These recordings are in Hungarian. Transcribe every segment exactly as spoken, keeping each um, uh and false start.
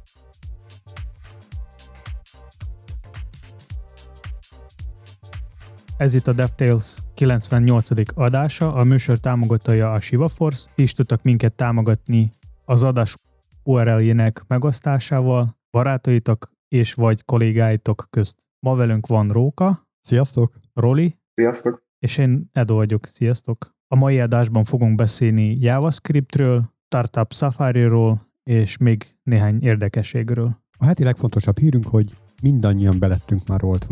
Ez itt a DevTales kilencvennyolcadik adása, a műsor támogatója a ShivaForce. Ti is tudtak minket támogatni az adás u er el-jének megosztásával, barátaitok és vagy kollégáitok közt. Ma velünk van Róka. Sziasztok! Roli. Sziasztok! És én Edo vagyok. Sziasztok! A mai adásban fogunk beszélni JavaScriptről, Startup Safari-ról és még néhány érdekességről. A heti legfontosabb hírünk, hogy mindannyian belettünk már oltva.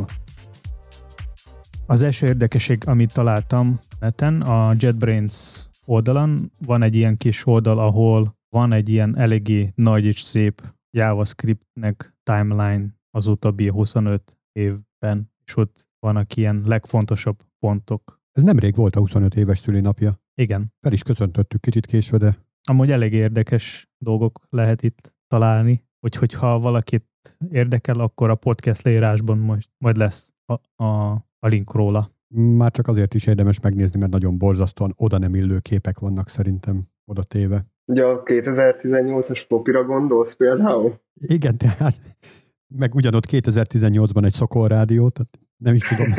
Az első érdekesség, amit találtam neten, a JetBrains oldalon van egy ilyen kis oldal, ahol van egy ilyen eléggé nagy és szép JavaScriptnek timeline az utóbbi huszonöt évben, és ott vannak ilyen legfontosabb pontok. Ez nemrég volt a huszonöt éves szülinapja. Igen. Fel is köszöntöttük kicsit késve, de... Amúgy elég érdekes dolgok lehet itt találni, úgyhogy ha valakit érdekel, akkor a podcast leírásban majd, majd lesz a, a, a link róla. Már csak azért is érdemes megnézni, mert nagyon borzasztóan oda nem illő képek vannak szerintem oda téve. Ugye a kétezer-tizennyolcas flopira gondolsz például? Igen, tehát meg ugyanott kétezer-tizennyolcban egy Szokol rádió, tehát nem is tudom.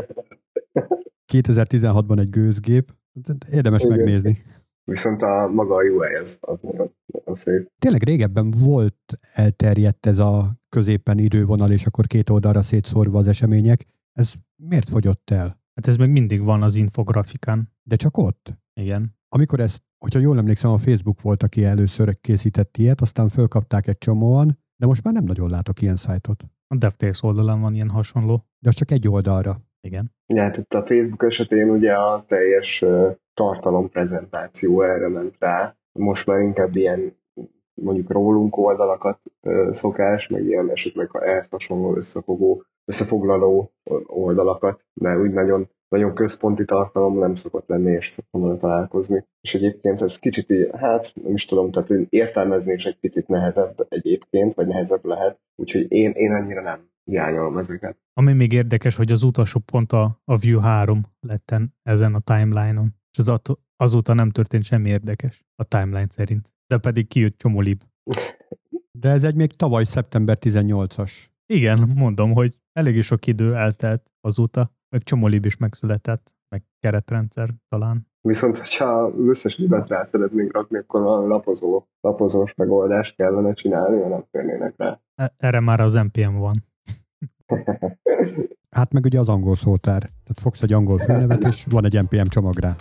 kétezer-tizenhatban egy gőzgép, érdemes igen. megnézni. Viszont a maga a u i az, az nagyon, nagyon szép. Tényleg régebben volt elterjedt ez a középen idővonal, és akkor két oldalra szétszórva az események. Ez miért fogyott el? Hát ez még mindig van az infografikán. De csak ott? Igen. Amikor ezt, hogyha jól emlékszem, a Facebook volt, aki először készített ilyet, aztán fölkapták egy csomóan, de most már nem nagyon látok ilyen szájtot. A DevTales oldalán van ilyen hasonló. De az csak egy oldalra. Igen. Ja, hát itt a Facebook esetén ugye a teljes uh, tartalomprezentáció erre ment rá. Most már inkább ilyen mondjuk rólunk oldalakat uh, szokás, meg ilyen esetleg ehhez hasonló összefogó, összefoglaló oldalakat, de úgy nagyon, nagyon központi tartalom nem szokott lenni, és szoktam vele találkozni. És egyébként ez kicsit így, hát nem is tudom, tehát értelmezni is egy picit nehezebb egyébként, vagy nehezebb lehet, úgyhogy én, én annyira nem hiányolom ezeket. Ami még érdekes, hogy az utolsó pont a, a Vue három letten ezen a timeline-on, és az, azóta nem történt semmi érdekes a timeline szerint, de pedig kijött csomó lib. De ez egy még tavaly szeptember tizennyolcas. Igen, mondom, hogy elég sok idő eltelt azóta, meg csomó lib is megszületett, meg keretrendszer talán. Viszont, ha az összes libet rá szeretnénk rakni, akkor valami lapozó, lapozós megoldást kellene csinálni, ha nem férnének rá. Erre már az en pé em van. Hát meg ugye az angol szótár. Tehát fogsz egy angol főnevet, és van egy en pé em csomag rá.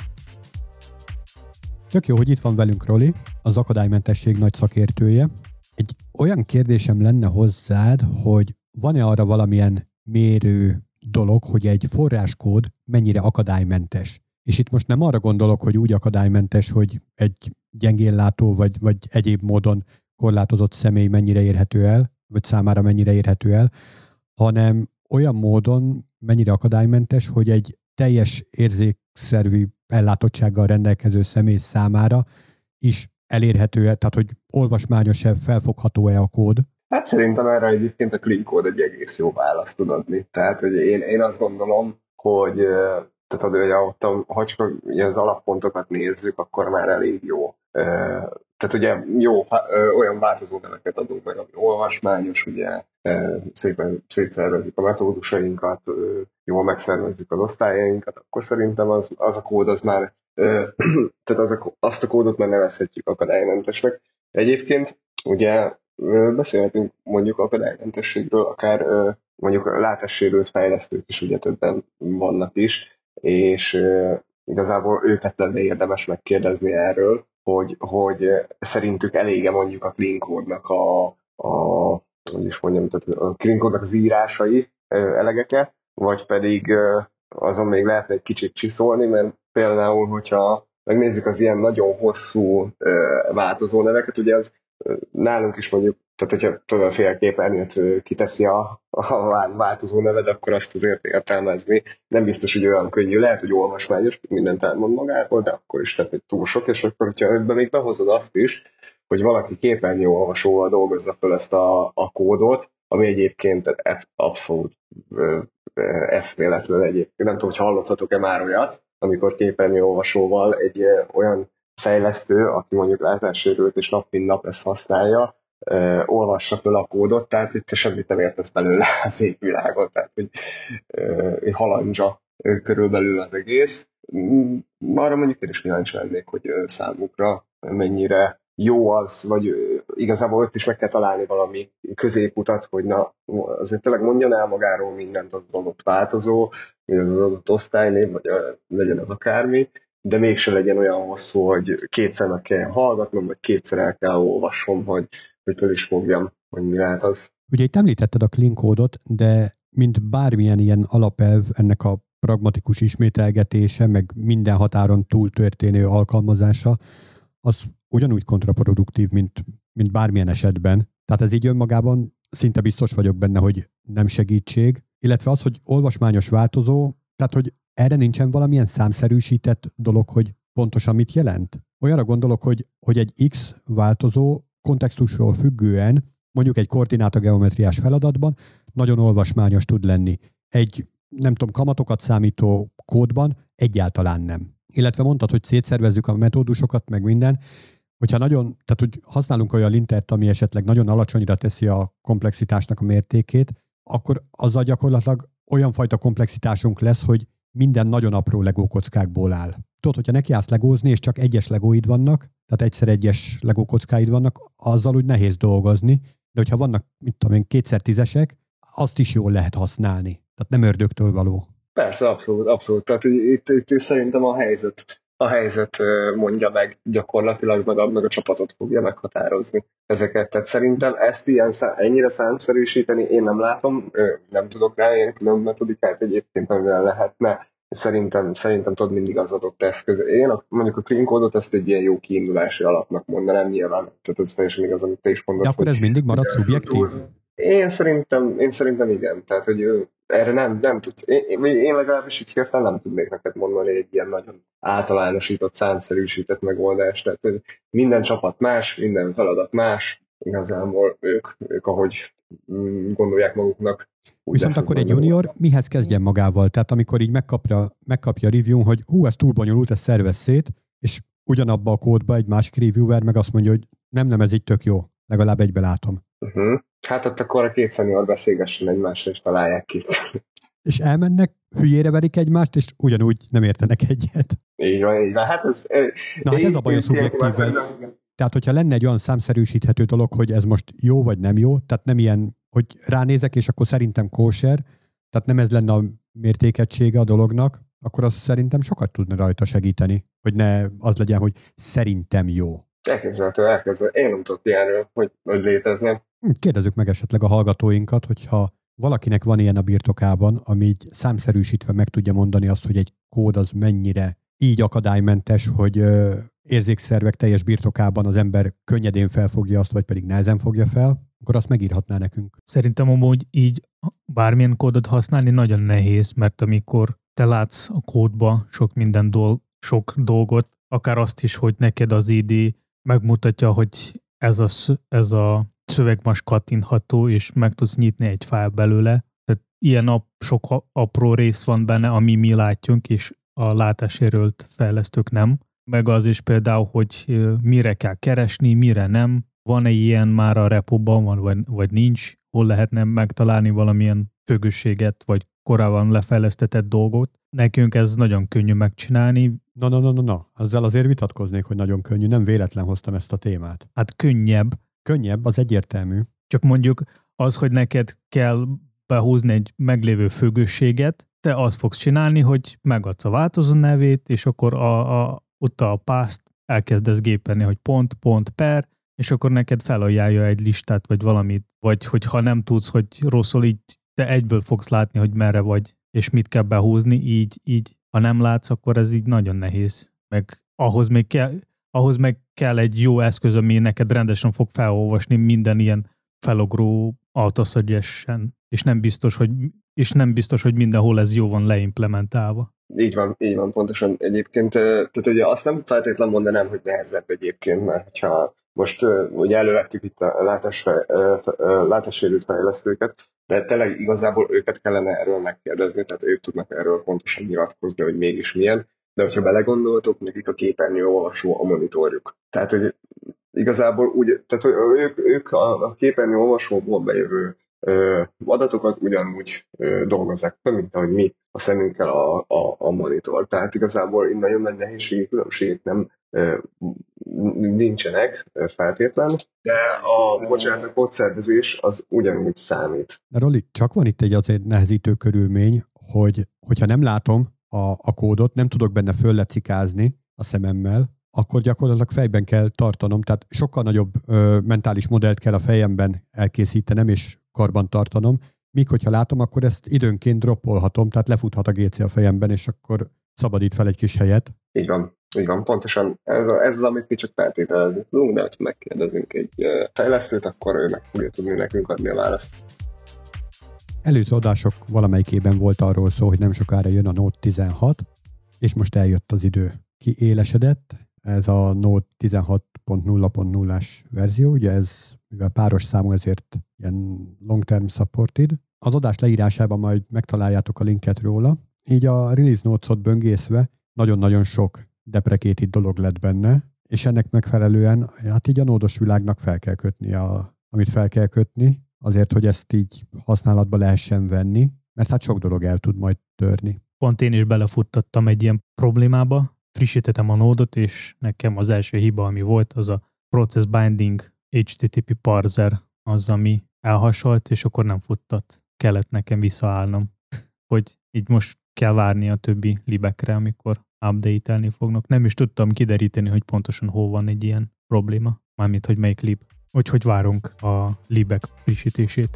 Tök jó, hogy itt van velünk Roli, az akadálymentesség nagy szakértője. Egy olyan kérdésem lenne hozzád, hogy van-e arra valamilyen mérő dolog, hogy egy forráskód mennyire akadálymentes? És itt most nem arra gondolok, hogy úgy akadálymentes, hogy egy gyengénlátó vagy, vagy egyéb módon korlátozott személy mennyire érhető el, vagy számára mennyire érhető el, hanem olyan módon mennyire akadálymentes, hogy egy teljes érzékszervi ellátottsággal rendelkező személy számára is elérhető-e, tehát hogy olvasmányos-e, felfogható-e a kód? Hát szerintem erre egyébként a clean code egy egész jó választ tud adni. Tehát, hogy én, én azt gondolom, hogy tehát, hogy ott a, ha csak az alappontokat nézzük, akkor már elég jó. Tehát ugye jó, olyan változó neveket adunk meg, ami olvasmányos, ugye szépen szétszervezzük a metódusainkat, jól megszervezzük az osztályainkat, akkor szerintem az, az a kód az már, tehát az a, azt a kódot már nevezhetjük akadálymentesnek. Egyébként ugye beszélhetünk mondjuk akadálymentességről, akár mondjuk látássérült fejlesztők is ugye többen vannak is, és igazából őket lenne érdemes megkérdezni erről, hogy, hogy szerintük elége mondjuk a clean code-nak a, a, hogy is mondjam, tehát a clean code-nak az írásai elegeke, vagy pedig azon még lehetne egy kicsit csiszolni, mert például, hogyha megnézzük az ilyen nagyon hosszú változó neveket, ugye az nálunk is mondjuk, tehát hogyha tudod a félképernyőt kiteszi a, a változó neved, akkor azt azért értelmezni nem biztos, hogy olyan könnyű. Lehet, hogy olvasmányos, mindent elmond magáról, de akkor is tehát egy túl sok, és akkor, hogyha ebben még behozod azt is, hogy valaki képernyőolvasóval dolgozza fel ezt a, a kódot, ami egyébként ez abszolút eszméletlen egyébként. Nem tudom, hogy hallottatok-e már olyat, amikor képernyőolvasóval egy olyan fejlesztő, aki mondjuk látássérült és nap mint nap ezt használja, uh, olvassa fel a kódot, tehát itt semmit nem értesz belőle az égvilágon, tehát hogy uh, halandzsa uh, körülbelül az egész. Mm, arra mondjuk én is kíváncsi lennék, hogy uh, számukra mennyire jó az, vagy uh, igazából ott is meg kell találni valami középutat, hogy na, azért tényleg mondjon el magáról mindent az adott változó, vagy az adott osztálynév, vagy uh, legyen az akármi, de mégse legyen olyan hosszú, hogy kétszer meg kell hallgatnom, vagy kétszer el kell olvassom, hogy, hogy föl is fogjam, hogy mi lehet az. Ugye itt említetted a clean kódot, de mint bármilyen ilyen alapelv, ennek a pragmatikus ismételgetése, meg minden határon túl történő alkalmazása, az ugyanúgy kontraproduktív, mint, mint bármilyen esetben. Tehát ez így önmagában szinte biztos vagyok benne, hogy nem segítség. Illetve az, hogy olvasmányos változó, tehát hogy erre nincsen valamilyen számszerűsített dolog, hogy pontosan mit jelent? Olyanra gondolok, hogy, hogy egy X változó kontextusról függően, mondjuk egy koordinátageometriás feladatban nagyon olvasmányos tud lenni. Egy, nem tudom, kamatokat számító kódban egyáltalán nem. Illetve mondtad, hogy szétszervezzük a metódusokat, meg minden, hogyha nagyon, tehát hogy használunk olyan lintert, ami esetleg nagyon alacsonyra teszi a komplexitásnak a mértékét, akkor azzal gyakorlatilag olyan fajta komplexitásunk lesz, hogy minden nagyon apró legókockákból áll. Tudod, hogyha nekiállsz legózni, és csak egyes legóid vannak, tehát egyszer egyes legókockáid vannak, azzal úgy nehéz dolgozni, de hogyha vannak, mit tudom én, kétszer tízesek, azt is jól lehet használni. Tehát nem ördögtől való. Persze, abszolút, abszolút. Tehát itt, itt, itt szerintem a helyzet, a helyzet mondja meg gyakorlatilag, meg a, meg a csapatot fogja meghatározni ezeket. Tehát szerintem ezt ilyen szá, ennyire számszerűsíteni én nem látom, nem tudok rá ilyen külön metodikát egyébként, amivel lehetne. Szerintem, szerintem tudod mindig az adott eszköz. Én a, mondjuk a clean kódot ezt egy ilyen jó kiindulási alapnak mondanám nyilván. Tehát ez teljesen igaz, amit te is mondasz. De akkor ez mindig marad szubjektív? Én szerintem, én szerintem igen. Tehát, hogy ő, erre nem, nem tudsz. Én, én legalábbis így hirtelen nem tudnék neked mondani egy ilyen nagyon általánosított, számszerűsített megoldást. Tehát, hogy minden csapat más, minden feladat más. Igazából ők, ők ahogy gondolják maguknak. Viszont akkor egy junior mihez kezdjen magával? Tehát amikor így megkapja, megkapja a review-n, hogy hú, ez túl bonyolult, ez szervez szét, és ugyanabba a kódba egy másik reviewer meg azt mondja, hogy nem, nem, ez így tök jó. Legalább egybe látom. Uh-huh. Hát ott akkor a két szenior beszélgessen egymásra, és találják ki. És elmennek, hülyére verik egymást, és ugyanúgy nem értenek egyet. Így van, így van. Hát ez, Na hát ez a baj a szubjektívvel. Tehát, hogyha lenne egy olyan számszerűsíthető dolog, hogy ez most jó vagy nem jó, tehát nem ilyen, hogy ránézek, és akkor szerintem kóser, tehát nem ez lenne a mértékegysége a dolognak, akkor az szerintem sokat tudna rajta segíteni, hogy ne az legyen, hogy szerintem jó. Elképzelhető, elképzelhető. Én nem tudok ilyenről, hogy, hogy létezne. Kérdezzük meg esetleg a hallgatóinkat, hogyha valakinek van ilyen a birtokában, ami így számszerűsítve meg tudja mondani azt, hogy egy kód az mennyire így akadálymentes, hogy ö, érzékszervek teljes birtokában az ember könnyedén felfogja azt, vagy pedig nehezen fogja fel, akkor azt megírhatná nekünk. Szerintem amúgy így bármilyen kódot használni nagyon nehéz, mert amikor te látsz a kódba sok minden dolg, sok dolgot, akár azt is, hogy neked az i dé megmutatja, hogy ez a, ez a szöveg most kattintható, és meg tudsz nyitni egy fájl belőle. Tehát ilyen ap, sok apró rész van benne, ami mi látjunk, és a látássérült fejlesztők nem. Meg az is például, hogy mire kell keresni, mire nem. Van-e ilyen már a repóban, van, vagy, vagy nincs? Hol lehetne megtalálni valamilyen függőséget, vagy korábban lefejlesztetett dolgot? Nekünk ez nagyon könnyű megcsinálni. Na, na, na, na, na. Ezzel azért vitatkoznék, hogy nagyon könnyű. Nem véletlen hoztam ezt a témát. Hát könnyebb. Könnyebb, az egyértelmű. Csak mondjuk az, hogy neked kell behúzni egy meglévő függőséget, te azt fogsz csinálni, hogy megadsz a változó nevét, és akkor a, a, ott a pászt elkezdesz gépelni, hogy pont, pont, per, és akkor neked felajánlja egy listát, vagy valamit, vagy hogyha nem tudsz, hogy rosszul, így te egyből fogsz látni, hogy merre vagy, és mit kell behúzni, így, így. Ha nem látsz, akkor ez így nagyon nehéz. Meg ahhoz még kell, ahhoz meg kell egy jó eszköz, ami neked rendesen fog felolvasni minden ilyen felugró autosuggestion, és nem biztos, hogy és nem biztos, hogy mindenhol ez jó van leimplementálva. Így van, így van, pontosan egyébként. Tehát ugye azt nem feltétlenül mondanám, hogy nehezebb egyébként, mert ha most ugye elővettük itt a látás, látássérült fejlesztőket, de tényleg igazából őket kellene erről megkérdezni, tehát ők tudnak erről pontosan nyilatkozni, hogy mégis milyen, de hogyha belegondoltok, nekik a képernyőolvasó a monitorjuk. Tehát, hogy igazából úgy, tehát hogy ők, ők a, a képernyő olvasóból bejövő ö, adatokat ugyanúgy ö, dolgozzák fel, mint ahogy mi a szemünkkel a, a, a monitor. Tehát igazából itt nagyon nagy nehézségi különbségek nem ö, nincsenek feltétlen, de a bocsánat, a kódszervezés az ugyanúgy számít. De Roli, csak van itt egy azért nehezítő körülmény, hogy hogyha nem látom a, a kódot, nem tudok benne föllecikázni a szememmel, akkor gyakorlatilag fejben kell tartanom, tehát sokkal nagyobb ö, mentális modellt kell a fejemben elkészítenem és karban tartanom, míg hogyha látom, akkor ezt időnként droppolhatom, tehát lefuthat a gé cé a fejemben, és akkor szabadít fel egy kis helyet. Így van, így van, pontosan ez, a, ez az, amit mi csak feltételezni tudunk, de ha megkérdezünk egy uh, fejlesztőt, akkor ő meg fogja tudni nekünk adni a választ. Előző adások valamelyikében volt arról szó, hogy nem sokára jön a Note tizenhat, és most eljött az idő. Kiélesedett, ez a Note tizenhat pont nulla pont nullás verzió, ugye ez, mivel páros számú, ezért ilyen long-term supported. Az adás leírásában majd megtaláljátok a linket róla, így a release notes-ot böngészve nagyon-nagyon sok deprecated dolog lett benne, és ennek megfelelően hát így a nódos világnak fel kell kötni, a, amit fel kell kötni, azért, hogy ezt így használatba lehessen venni, mert hát sok dolog el tud majd törni. Pont én is belefuttattam egy ilyen problémába, frissítettem a nódot, és nekem az első hiba, ami volt, az a Process Binding há té té pé parser, az, ami elhasolt, és akkor nem futtat. Kellett nekem visszaállnom, hogy így most kell várni a többi libekre, amikor update-elni fognak. Nem is tudtam kideríteni, hogy pontosan hol van egy ilyen probléma, mármint, hogy melyik lib. Úgyhogy várunk a libek frissítését.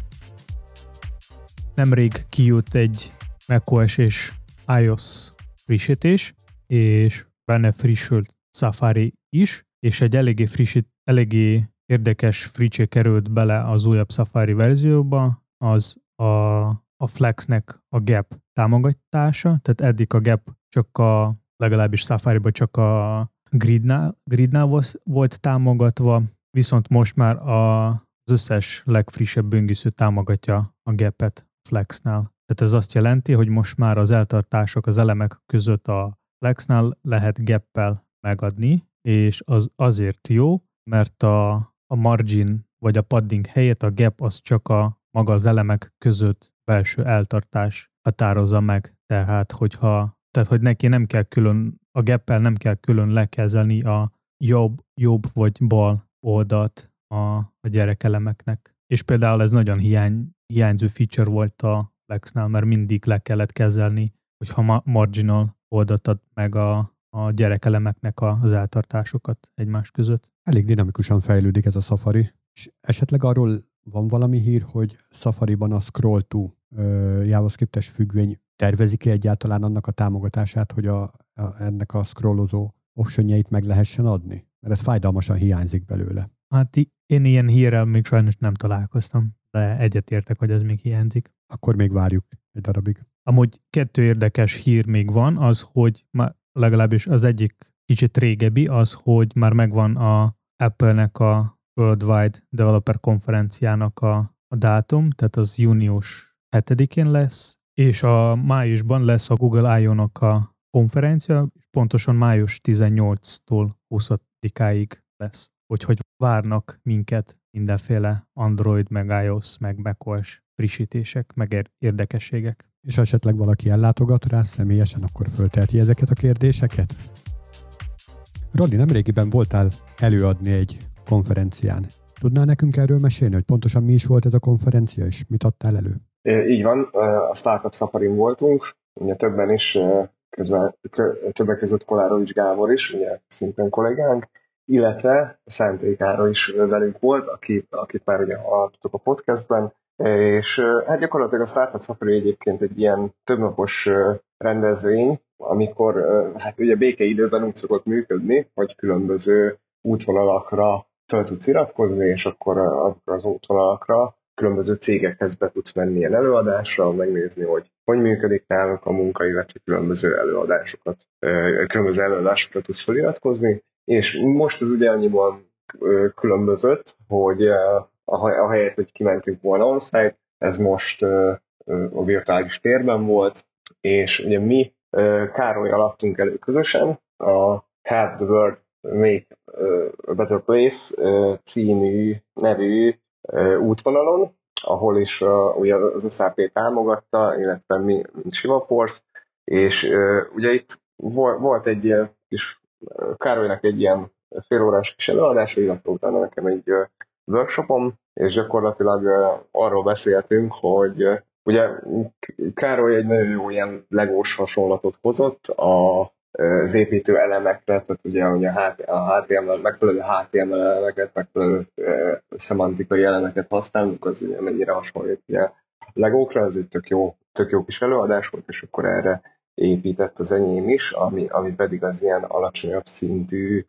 Nemrég kijött egy macOS és iOS frissítés, és benne frissült Safari is, és egy eléggé frissít, eléggé érdekes fricse került bele az újabb Safari verzióba, az a, a Flexnek a gap támogatása, tehát eddig a gap csak a, legalábbis Safariban csak a gridnál, gridnál volt támogatva, viszont most már a, az összes legfrissebb böngésző támogatja a gapet Flexnál. Tehát ez azt jelenti, hogy most már az eltartások az elemek között a Flexnál lehet gappel megadni, és az azért jó, mert a, a margin vagy a padding helyett a gap az csak a maga az elemek között belső eltartás határozza meg. Tehát, hogyha, tehát hogy neki nem kell külön, a gappel nem kell külön lekezelni a jobb, jobb vagy bal oldalt a, a gyerekelemeknek. És például ez nagyon hiány, hiányzó feature volt a Flexnál, mert mindig le kellett kezelni, hogyha ma, marginal oldalt ad meg a, a gyerekelemeknek az eltartásokat egymás között. Elég dinamikusan fejlődik ez a Safari. És esetleg arról van valami hír, hogy Safariban a scroll to JavaScript-es függvény tervezik-e egyáltalán annak a támogatását, hogy a, a, ennek a scrollozó optionjait meg lehessen adni? Mert ez fájdalmasan hiányzik belőle. Hát én ilyen hírrel még sajnos nem találkoztam, de egyetértek, hogy ez még hiányzik. Akkor még várjuk egy darabig. Amúgy kettő érdekes hír még van, az, hogy már legalábbis az egyik kicsit régebbi, az, hogy már megvan a Apple-nek a Worldwide Developer konferenciának a, a dátum, tehát az június hetedikén lesz, és a májusban lesz a Google I O-nak a konferencia, és pontosan május tizennyolcadikától huszadikáig lesz. Úgyhogy várnak minket mindenféle Android, meg iOS, meg macOS frissítések, meg érdekességek. És ha esetleg valaki ellátogat rá személyesen, akkor fölteheti ezeket a kérdéseket? Rodi, nemrégiben voltál előadni egy konferencián. Tudnál nekünk erről mesélni, hogy pontosan mi is volt ez a konferencia, és mit adtál elő? Így van, a Startup Safarin voltunk, ugye többen is, közben, többek között Kolárovics Gábor is, ugye szintén kollégánk, illetve Szentély Károly is velünk volt, akit, akit már ugye hallottatok a podcastben, és hát gyakorlatilag a Startup Safari egyébként egy ilyen többnapos rendezvény, amikor hát ugye békeidőben úgy szokott működni, hogy különböző útvonalakra fel tudsz iratkozni, és akkor azokra az útvonalakra különböző cégekhez be tudsz menni ilyen előadásra, megnézni, hogy hogy működik náluk a munka, illetve különböző előadásokat, különböző előadásokra tudsz feliratkozni, és most ez ugye annyiban különbözött, hogy a helyet, hogy kimentünk volna on-site, ez most a virtuális térben volt, és ugye mi Károly alaptunk elő közösen a Help the World Make Better Place című nevű útvonalon, ahol is ugye az es á pé támogatta, illetve mi, mint Shivaforce, és ugye itt volt egy kis, Károlynak egy ilyen félórás kis előadása, illetve utána nekem egy workshopom, és gyakorlatilag arról beszéltünk, hogy ugye Károly egy nagyon jó ilyen legós hasonlatot hozott a, az építő elemekre, tehát ugye, ugye a há té em el, megfelelő há té em el elemeket, megfelelő e, szemantikai elemeket használunk, az ugye mennyire hasonlít ugye legókra, ez egy tök jó, tök jó kis előadás volt, és akkor erre épített az enyém is, ami, ami pedig az ilyen alacsonyabb szintű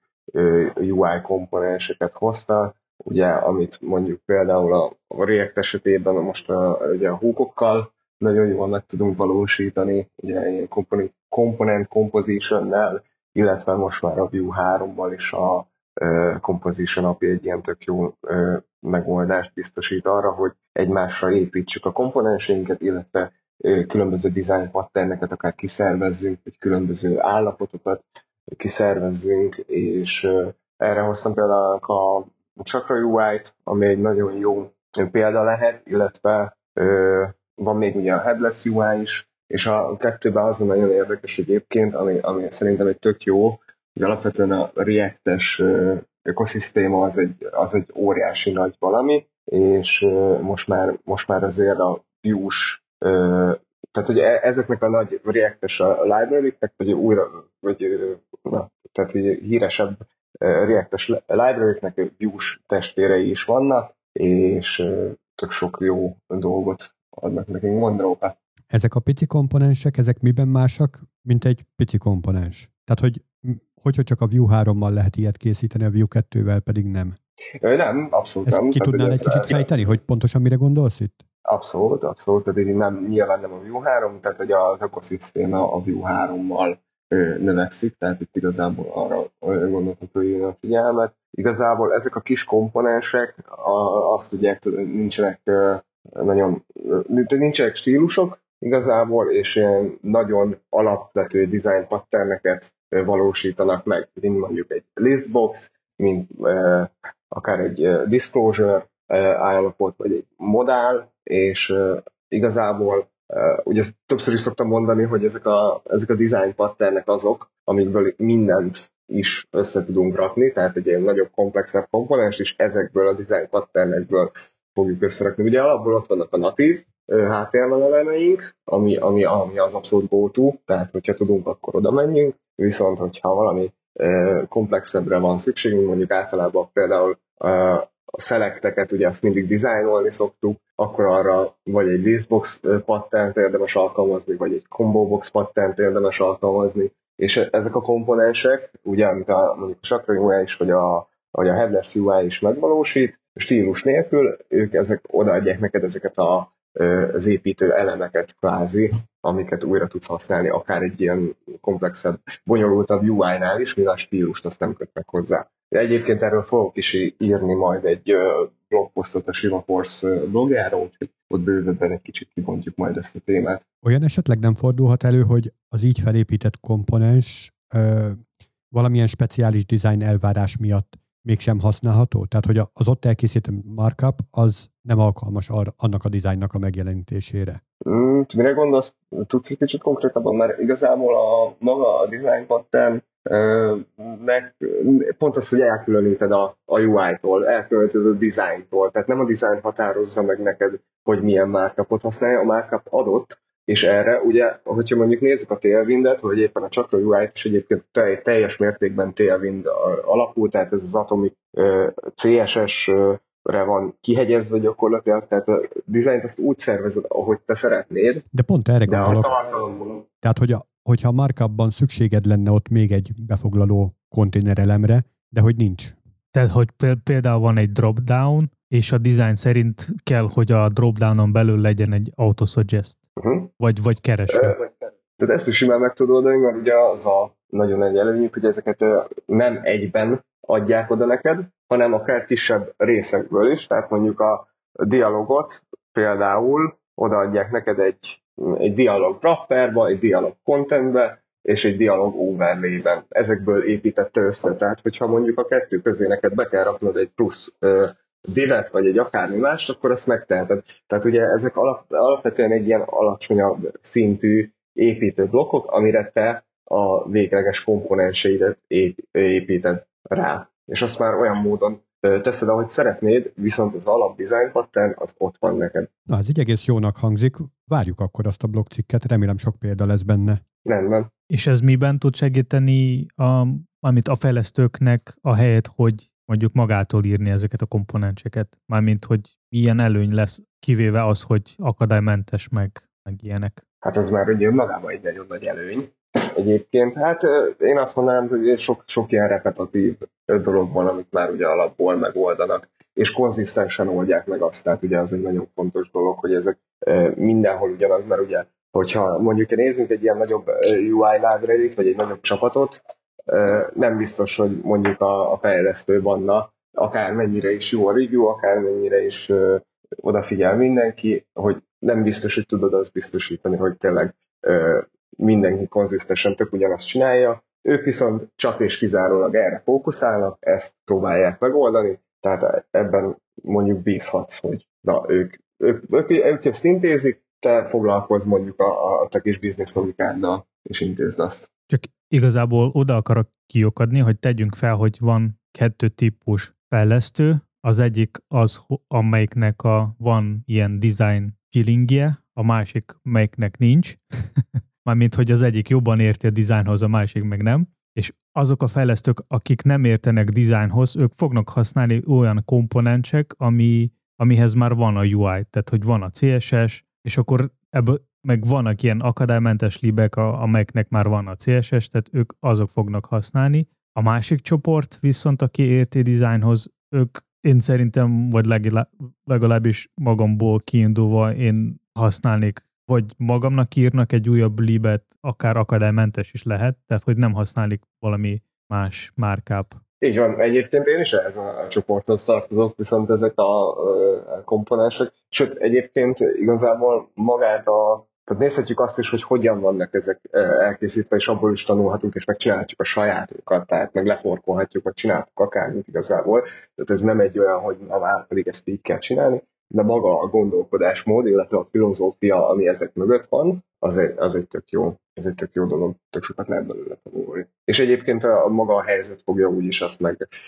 u i komponenseket hozta, ugye, amit mondjuk például a, a React esetében most a, ugye a hookokkal nagyon jól meg tudunk valósítani, ugye ilyen component, component composition-nel, illetve most már a Vue hárommal is a uh, Composition á pé i egy ilyen tök jó uh, megoldást biztosít arra, hogy egymásra építsük a komponenseinket, illetve uh, különböző design patterneket akár kiszervezzünk, vagy különböző állapotokat kiszervezzünk, és uh, erre hoztam például a Chakra u i-t, ami egy nagyon jó példa lehet, illetve ö, van még ugye a Headless u i is, és a kettőben az nagyon érdekes egyébként, ami, ami szerintem egy tök jó, hogy alapvetően a React-es ökoszisztéma az egy, az egy óriási nagy valami, és ö, most, már, most már azért a Vue-s, ö, tehát ugye ezeknek a nagy React-es library-nek, vagy újra, vagy na, tehát híresebb React-es library-nek Vue-s testvérei is vannak, és tök sok jó dolgot adnak nekünk. Mondd, Róka. Ezek a pici komponensek, ezek miben másak, mint egy pici komponens? Tehát, hogy hogy csak a Vue hárommal lehet ilyet készíteni, a Vue kettővel pedig nem? Nem, abszolút Ezt nem. ki tehát, tudnál egy kicsit fejteni, hogy pontosan mire gondolsz itt? Abszolút, abszolút. Tehát így nem, nyilván nem a Vue három, tehát hogy az ökoszisztéma a Vue hárommal növekszik, tehát itt igazából arra gondolható írni a figyelmet. Igazából ezek a kis komponensek azt tudják, nincsenek nagyon, nincsenek stílusok igazából, és nagyon alapvető design patterneket valósítanak meg, mint mondjuk egy listbox, mint akár egy disclosure állapot, vagy egy modál, és igazából Uh, ugye ezt többször is szoktam mondani, hogy ezek a, ezek a design patternek azok, amikből mindent is össze tudunk rakni, tehát egy ilyen nagyobb, komplexebb komponens, és ezekből a design patternekből fogjuk összerakni. Ugye alapból ott vannak a natív uh, há té em el elemeink, ami, ami, ami az abszolút go-to, tehát hogyha tudunk, akkor oda menjünk, viszont hogyha valami uh, komplexebbre van szükségünk, mondjuk általában például uh, a selekteket, ugye azt mindig dizájnolni szoktuk, akkor arra vagy egy listbox patternt érdemes alkalmazni, vagy egy combobox patternt érdemes alkalmazni, és ezek a komponensek, ugye, amit a, mondjuk a Chakra u i is, vagy a, vagy a Headless u i is megvalósít, stílus nélkül, ők ezek odaadják neked ezeket a, az építő elemeket kvázi, amiket újra tudsz használni, akár egy ilyen komplexebb, bonyolultabb u i-nál is, mivel a stílust azt nem kötnek hozzá. Egyébként erről fogok is írni majd egy blogposztot a Shivaforce blogjára, úgyhogy ott bővebben egy kicsit kibontjuk majd ezt a témát. Olyan esetleg nem fordulhat elő, hogy az így felépített komponens ö, valamilyen speciális design elvárás miatt mégsem használható? Tehát, hogy az ott elkészített markup az nem alkalmas arra, annak a dizájnnak a megjelenítésére? Mm, mire gondolsz? Tudsz egy kicsit konkrétabban? Mert igazából a maga a design pattern meg pont az, hogy elkülöníted a, a u i-tól, elkülöníted a design-tól, tehát nem a design határozza meg neked, hogy milyen markupot használja, a markup adott, és erre ugye, hogyha mondjuk nézzük a Tailwind-et, vagy éppen a Chakra u i-t is egyébként teljes mértékben Tailwind alapú, tehát ez az Atomic cé es es-re van kihegyezve gyakorlatilag, tehát a dizájnt azt úgy szervezed, ahogy te szeretnéd. De pont erre de gondolok. A tartalomból... Tehát, hogy a hogyha a markupban szükséged lenne ott még egy befoglaló konténerelemre, de hogy nincs. Tehát, hogy például van egy drop-down, és a design szerint kell, hogy a drop-downon belül legyen egy autosuggest, uh-huh. vagy, vagy kereső. Tehát ezt is simán meg tudod oldani, mert ugye az a nagyon nagy előnyük, hogy ezeket nem egyben adják oda neked, hanem akár kisebb részekből is, tehát mondjuk a dialogot például odaadják neked egy egy dialog wrapperba, egy dialog contentbe, és egy dialog overlay-ben. Ezekből építette össze. Tehát, hogyha mondjuk a kettő közé neked be kell raknod egy plusz uh, divet, vagy egy akármi mást, akkor azt megteheted. Tehát ugye ezek alap, alapvetően egy ilyen alacsonyabb szintű építő blokkok, amire te a végleges komponenseidet építed rá. És azt már olyan módon teszed, ahogy szeretnéd, viszont az alap design pattern az ott van neked. Na, ez így egész jónak hangzik. Várjuk akkor azt a blokkcikket, remélem sok példa lesz benne. Rendben. És ez miben tud segíteni, a, amit a fejlesztőknek a helyet, hogy mondjuk magától írni ezeket a komponenseket? Mármint, hogy milyen előny lesz, kivéve az, hogy akadálymentes, meg, meg ilyenek. Hát az már ugye magában egy nagyon nagy előny. Egyébként, hát én azt mondanám, hogy sok, sok ilyen repetitív dolog van, amit már ugye alapból megoldanak, és konzisztensen oldják meg azt, tehát ugye az egy nagyon fontos dolog, hogy ezek mindenhol ugyanaz, mert ugye, hogyha mondjuk nézzünk egy ilyen nagyobb U I library-t, vagy egy nagyobb csapatot, nem biztos, hogy mondjuk a, a fejlesztő vanna, akármennyire is jó a review, akármennyire is odafigyel mindenki, hogy nem biztos, hogy tudod azt biztosítani, hogy tényleg mindenki konzisztensen tök ugyanazt csinálja, ők viszont csak és kizárólag erre fókuszálnak, ezt próbálják megoldani, tehát ebben mondjuk bízhatsz, hogy na, ők, ők, ők, ők ezt intézik, te foglalkozz mondjuk a, a te kis biznisz logikáddal, és intézd azt. Csak igazából oda akarok kiokadni, hogy tegyünk fel, hogy van kettő típus fejlesztő, az egyik az, amelyiknek a, van ilyen design feelingje, a másik, melyiknek nincs. Mármint, hogy az egyik jobban érti a dizájnhoz, a másik meg nem. És azok a fejlesztők, akik nem értenek dizájnhoz, ők fognak használni olyan komponensek, ami, amihez már van a U I, tehát hogy van a C S S, és akkor ebből meg vannak ilyen akadálymentes libek, amelyeknek már van a C S S, tehát ők azok fognak használni. A másik csoport viszont, aki érti dizájnhoz, ők én szerintem, vagy legalábbis magamból kiindulva én használnék, vagy magamnak írnak egy újabb libet, akár akadálymentes is lehet, tehát hogy nem használnék valami más márkább. Így van, egyébként én is ehhez a csoporthoz tartozok, viszont ezek a, a komponensek, sőt egyébként igazából magát a, tehát nézhetjük azt is, hogy hogyan vannak ezek elkészítve, és abból is tanulhatunk, és megcsinálhatjuk a sajátunkat, tehát meg leforkolhatjuk, vagy csináltuk akármit igazából. Tehát ez nem egy olyan, hogy na már pedig ezt így kell csinálni, de maga a gondolkodásmód, illetve a filozófia, ami ezek mögött van, az egy, az egy tök jó, ez egy tök jó dolog, tök sokat lehet belőle tanulni. És egyébként a, a maga a helyzet fogja úgyis azt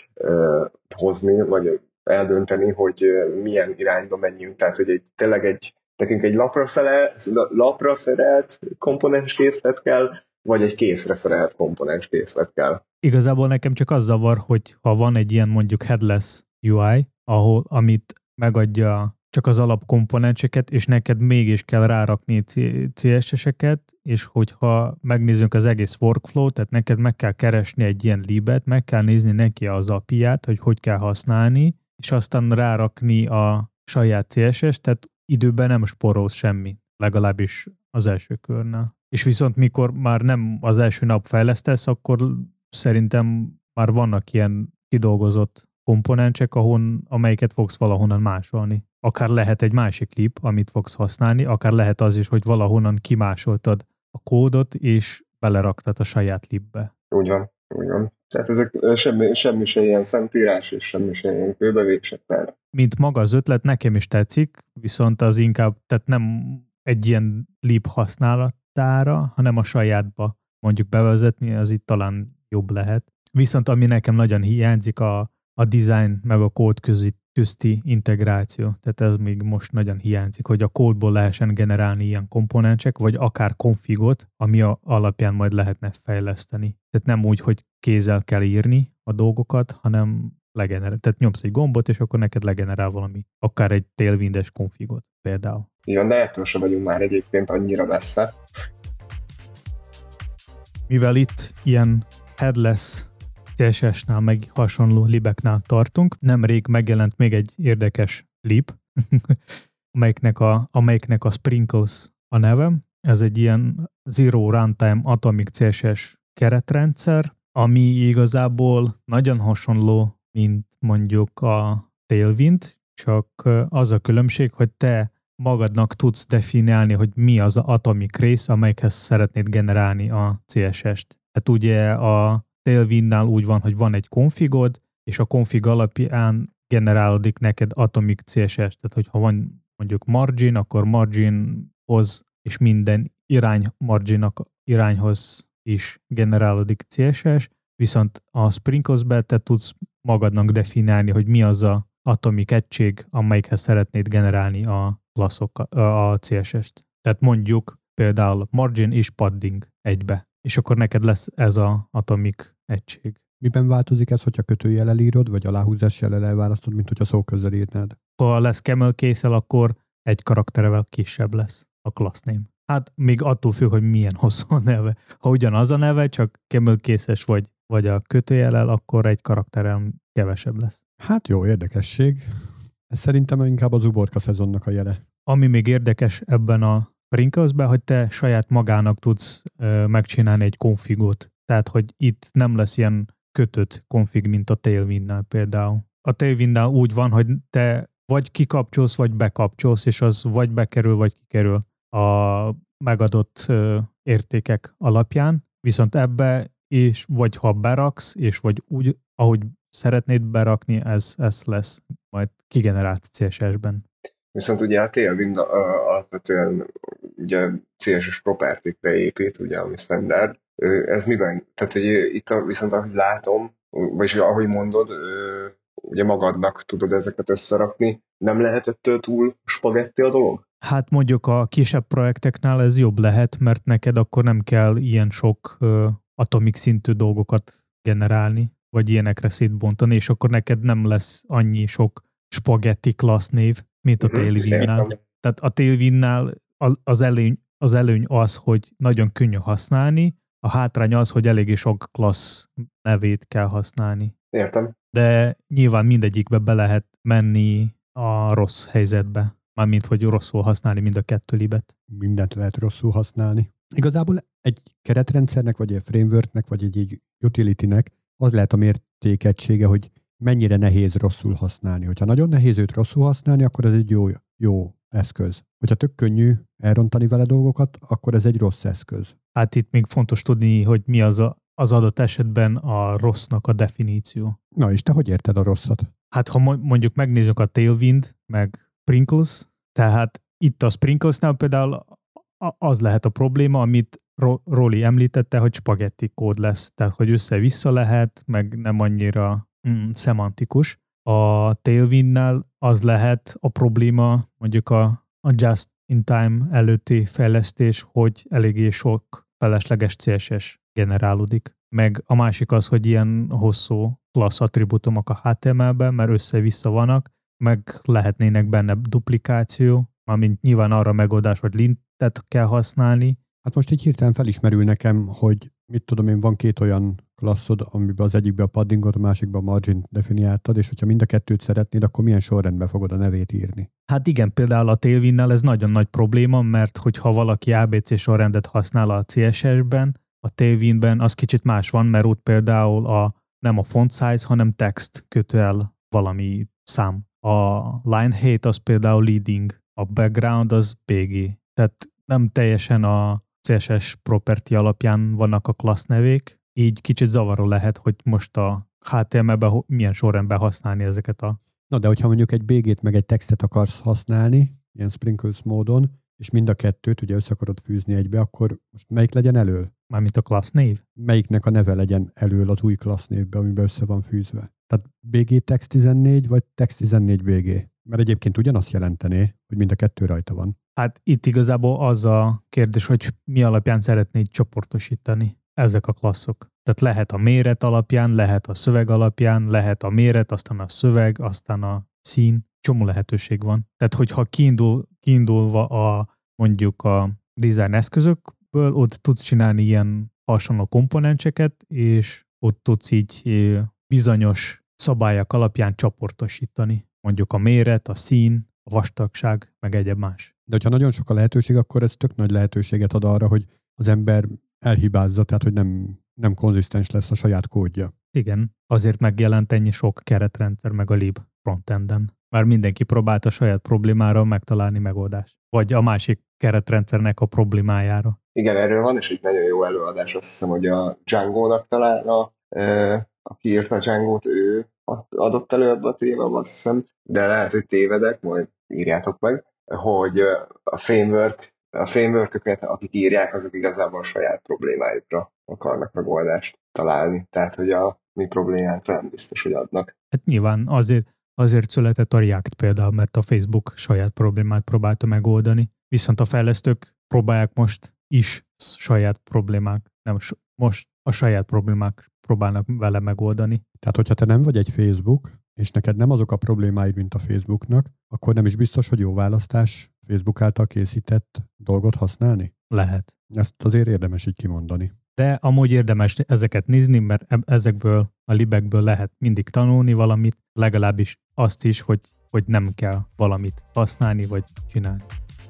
meghozni, uh, vagy eldönteni, hogy uh, milyen irányba menjünk. Tehát, hogy egy, tényleg egy, nekünk egy lapra szerelt, lapra szerelt komponenskészlet kell, vagy egy készre szerelt komponenskészlet kell. Igazából nekem csak az zavar, hogy ha van egy ilyen mondjuk headless U I, ahol, amit megadja csak az alapkomponenseket, és neked mégis kell rárakni C S S-eket, és hogyha megnézzünk az egész workflow, tehát neked meg kell keresni egy ilyen libet, meg kell nézni neki az á pé í-ját, hogy hogy kell használni, és aztán rárakni a saját C S S-t, tehát időben nem spórolsz semmi, legalábbis az első körnél. És viszont mikor már nem az első nap fejlesztesz, akkor szerintem már vannak ilyen kidolgozott komponensek, ahon, amelyiket fogsz valahonnan másolni. Akár lehet egy másik lib, amit fogsz használni, akár lehet az is, hogy valahonnan kimásoltad a kódot, és beleraktad a saját libbe. Úgy van, úgy van. Tehát ezek semmi, semmi se ilyen szentírás, és semmi se ilyen kőbevések. Mint maga az ötlet, nekem is tetszik, viszont az inkább, tehát nem egy ilyen lib használatára, hanem a sajátba mondjuk bevezetni, az itt talán jobb lehet. Viszont ami nekem nagyon hiányzik, a a design meg a kód közti, közti integráció. Tehát ez még most nagyon hiányzik, hogy a kódból lehessen generálni ilyen komponensek, vagy akár konfigot, ami a, alapján majd lehetne fejleszteni. Tehát nem úgy, hogy kézzel kell írni a dolgokat, hanem legenerál. Tehát nyomsz egy gombot, és akkor neked legenerál valami, akár egy tailwind-es konfigot például. Igen, de ettől sem vagyunk már egyébként annyira messze. Mivel itt ilyen headless C S S-nál meg hasonló libeknál tartunk. Nemrég megjelent még egy érdekes lib, amelyiknek a, amelyiknek a Sprinkles a neve. Ez egy ilyen Zero Runtime Atomic C S S keretrendszer, ami igazából nagyon hasonló, mint mondjuk a Tailwind, csak az a különbség, hogy te magadnak tudsz definiálni, hogy mi az atomik rész, amelyikhez szeretnéd generálni a cé es est. Tehát ugye a Tailwindnál úgy van, hogy van egy configod, és a config alapján generálódik neked atomik cé es es. Tehát, hogyha van mondjuk margin, akkor marginhoz és minden irány marginnak irányhoz is generálódik cé es es, viszont a Sprinkles-be te tudsz magadnak definiálni, hogy mi az a atomik egység, amelyikhez szeretnéd generálni a klasszok, a cé es est. Tehát mondjuk például margin és padding egybe, és akkor neked lesz ez az atomik egység. Miben változik ez, hogyha kötőjellel írod, vagy aláhúzás jellel elválasztod, mint hogyha szó közzel írnád? Ha lesz camel case-el, akkor egy karakterevel kisebb lesz a class name. Hát még attól függ, hogy milyen hosszú a neve. Ha ugyanaz a neve, csak camel case-es vagy, vagy a kötőjellel, akkor egy karakterrel kevesebb lesz. Hát jó, érdekesség. Ez szerintem inkább az uborka szezonnak a jele. Ami még érdekes ebben a Sprinkles-ben, hogy te saját magának tudsz ö, megcsinálni egy konfigot. Tehát, hogy itt nem lesz ilyen kötött konfig, mint a Tailwindnál például. A Tailwindnál úgy van, hogy te vagy kikapcsolsz, vagy bekapcsolsz, és az vagy bekerül, vagy kikerül a megadott ö, értékek alapján. Viszont ebbe, és vagy ha beraksz, és vagy úgy, ahogy szeretnéd berakni, ez, ez lesz majd kigenerált cé es es-ben. Viszont ugye a Tailwind uh, alapvetően ugye cé es es property-kre épít, ugye, ami standard. Uh, ez miben? Tehát, hogy itt a, viszont ahogy látom, vagyis ahogy mondod, uh, ugye magadnak tudod ezeket összerakni. Nem lehet ettől túl spagetti a dolog? Hát mondjuk a kisebb projekteknál ez jobb lehet, mert neked akkor nem kell ilyen sok uh, atomik szintű dolgokat generálni, vagy ilyenekre szétbontani, és akkor neked nem lesz annyi sok spagetti class név, mint a Tailwindnál. Tehát a Tailwindnál az előny, az előny az, hogy nagyon könnyű használni, a hátrány az, hogy eléggé sok class nevét kell használni. Értem. De nyilván mindegyikbe be lehet menni a rossz helyzetbe. Mármint, hogy rosszul használni mind a kettő libet. Mindent lehet rosszul használni. Igazából egy keretrendszernek, vagy egy frameworknek, vagy egy, egy utilitynek az lehet a mértékegysége, hogy mennyire nehéz rosszul használni. Hogyha nagyon nehéz őt rosszul használni, akkor ez egy jó, jó eszköz. Hogyha tök könnyű elrontani vele dolgokat, akkor ez egy rossz eszköz. Hát itt még fontos tudni, hogy mi az a, az adott esetben a rossznak a definíció. Na és te hogy érted a rosszat? Hát ha mondjuk megnézzük a Tailwind, meg Sprinkles, tehát itt a Sprinklesnál például az lehet a probléma, amit Roli említette, hogy spagetti kód lesz, tehát hogy össze-vissza lehet, meg nem annyira mm, szemantikus. A Tailwindnál az lehet a probléma, mondjuk a, a just in time előtti fejlesztés, hogy eléggé sok felesleges cé es es generálódik. Meg a másik az, hogy ilyen hosszú class attribútumok a há té em el-ben, mert össze-vissza vannak, meg lehetnének benne duplikáció, amint nyilván arra megoldás, hogy lintet kell használni. Hát most így hirtelen felismerül nekem, hogy mit tudom én, van két olyan klasszod, amiben az egyikben a paddingot, a másikban a margin definiáltad, és hogyha mind a kettőt szeretnéd, akkor milyen sorrendben fogod a nevét írni? Hát igen, például a Tailwindnál ez nagyon nagy probléma, mert hogyha valaki á bé cé sorrendet használ a cé es es-ben, a Tailwindben az kicsit más van, mert ott például a, nem a font size, hanem text kötőel valami szám. A line height az például leading, a background az bé gé. Tehát nem teljesen a cé es es property alapján vannak a class nevék, így kicsit zavaró lehet, hogy most a há té em el-ben milyen sorrendben használni ezeket a... Na de hogyha mondjuk egy bé gét meg egy textet akarsz használni, ilyen Sprinkles módon, és mind a kettőt ugye össze akarod fűzni egybe, akkor most melyik legyen elől? Mármint a class név? Melyiknek a neve legyen elől az új class névbe, amiben össze van fűzve? Tehát bé gé text tizennégy, vagy text tizennégy bé gé? Mert egyébként ugyanazt jelentené, hogy mind a kettő rajta van. Hát itt igazából az a kérdés, hogy mi alapján szeretnéd csoportosítani ezek a klasszok. Tehát lehet a méret alapján, lehet a szöveg alapján, lehet a méret, aztán a szöveg, aztán a szín. Csomó lehetőség van. Tehát hogyha kiindul, kiindulva a mondjuk a design eszközökből, ott tudsz csinálni ilyen hasonló komponenseket, és ott tudsz így bizonyos szabályok alapján csoportosítani. Mondjuk a méret, a szín, a vastagság, meg egyéb más. De hogyha nagyon sok a lehetőség, akkor ez tök nagy lehetőséget ad arra, hogy az ember elhibázza, tehát hogy nem, nem konzisztens lesz a saját kódja. Igen, azért megjelent ennyi sok keretrendszer meg a lib frontenden. Már mindenki próbálta a saját problémára megtalálni megoldást. Vagy a másik keretrendszernek a problémájára. Igen, erről van is egy nagyon jó előadás, azt hiszem, hogy a Django-nak talán, a, e, aki írta a Django-t, ő adott elő ebbe a témában, azt hiszem, de lehet, hogy tévedek, majd írjátok meg, hogy a framework, a frameworköket, akik írják, azok igazából a saját problémájukra akarnak megoldást találni. Tehát, hogy a mi problémánkra nem biztos, hogy adnak. Hát nyilván azért, azért született a React például, mert a Facebook saját problémát próbálta megoldani, viszont a fejlesztők próbálják most is saját problémák, nem most a saját problémák próbálnak vele megoldani. Tehát, hogyha te nem vagy egy Facebook, és neked nem azok a problémáid, mint a Facebooknak, akkor nem is biztos, hogy jó választás Facebook által készített dolgot használni? Lehet. Ezt azért érdemes így kimondani. De amúgy érdemes ezeket nézni, mert ezekből a libekből lehet mindig tanulni valamit, legalábbis azt is, hogy, hogy nem kell valamit használni vagy csinálni.